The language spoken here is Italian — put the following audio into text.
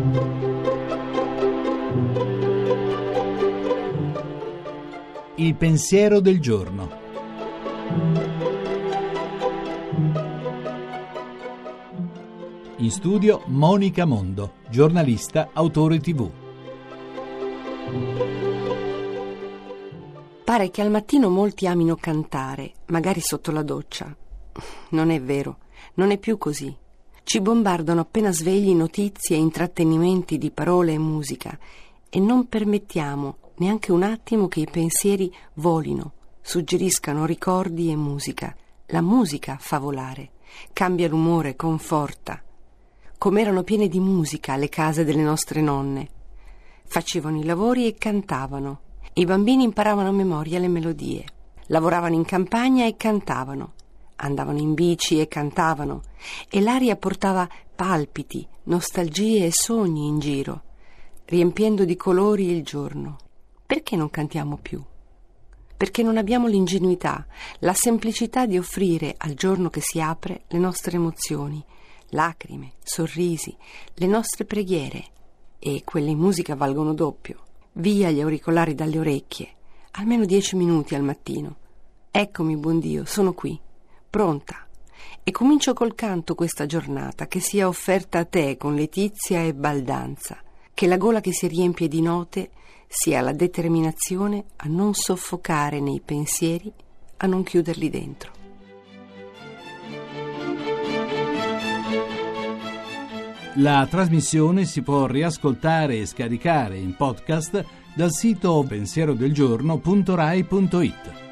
Il pensiero del giorno. In studio Monica Mondo, giornalista, autore TV. Pare che al mattino molti amino cantare, magari sotto la doccia. Non è vero, non è più così. Ci bombardano appena svegli notizie e intrattenimenti di parole e musica e non permettiamo neanche un attimo che i pensieri volino, suggeriscano ricordi e musica. La musica fa volare, cambia l'umore, conforta. Com'erano piene di musica le case delle nostre nonne. Facevano i lavori e cantavano. I bambini imparavano a memoria le melodie. Lavoravano in campagna e cantavano. Andavano in bici e cantavano. E l'aria portava palpiti, nostalgie e sogni in giro, riempiendo di colori il giorno. Perché non cantiamo più? Perché non abbiamo l'ingenuità, la semplicità di offrire al giorno che si apre le nostre emozioni, lacrime, sorrisi, le nostre preghiere. E quelle in musica valgono doppio. Via gli auricolari dalle orecchie, almeno 10 minuti al mattino. Eccomi, buon Dio, sono qui, pronta. E comincio col canto questa giornata, che sia offerta a te con letizia e baldanza, che la gola che si riempie di note sia la determinazione a non soffocare nei pensieri, a non chiuderli dentro. La trasmissione si può riascoltare e scaricare in podcast dal sito pensierodelgiorno.rai.it.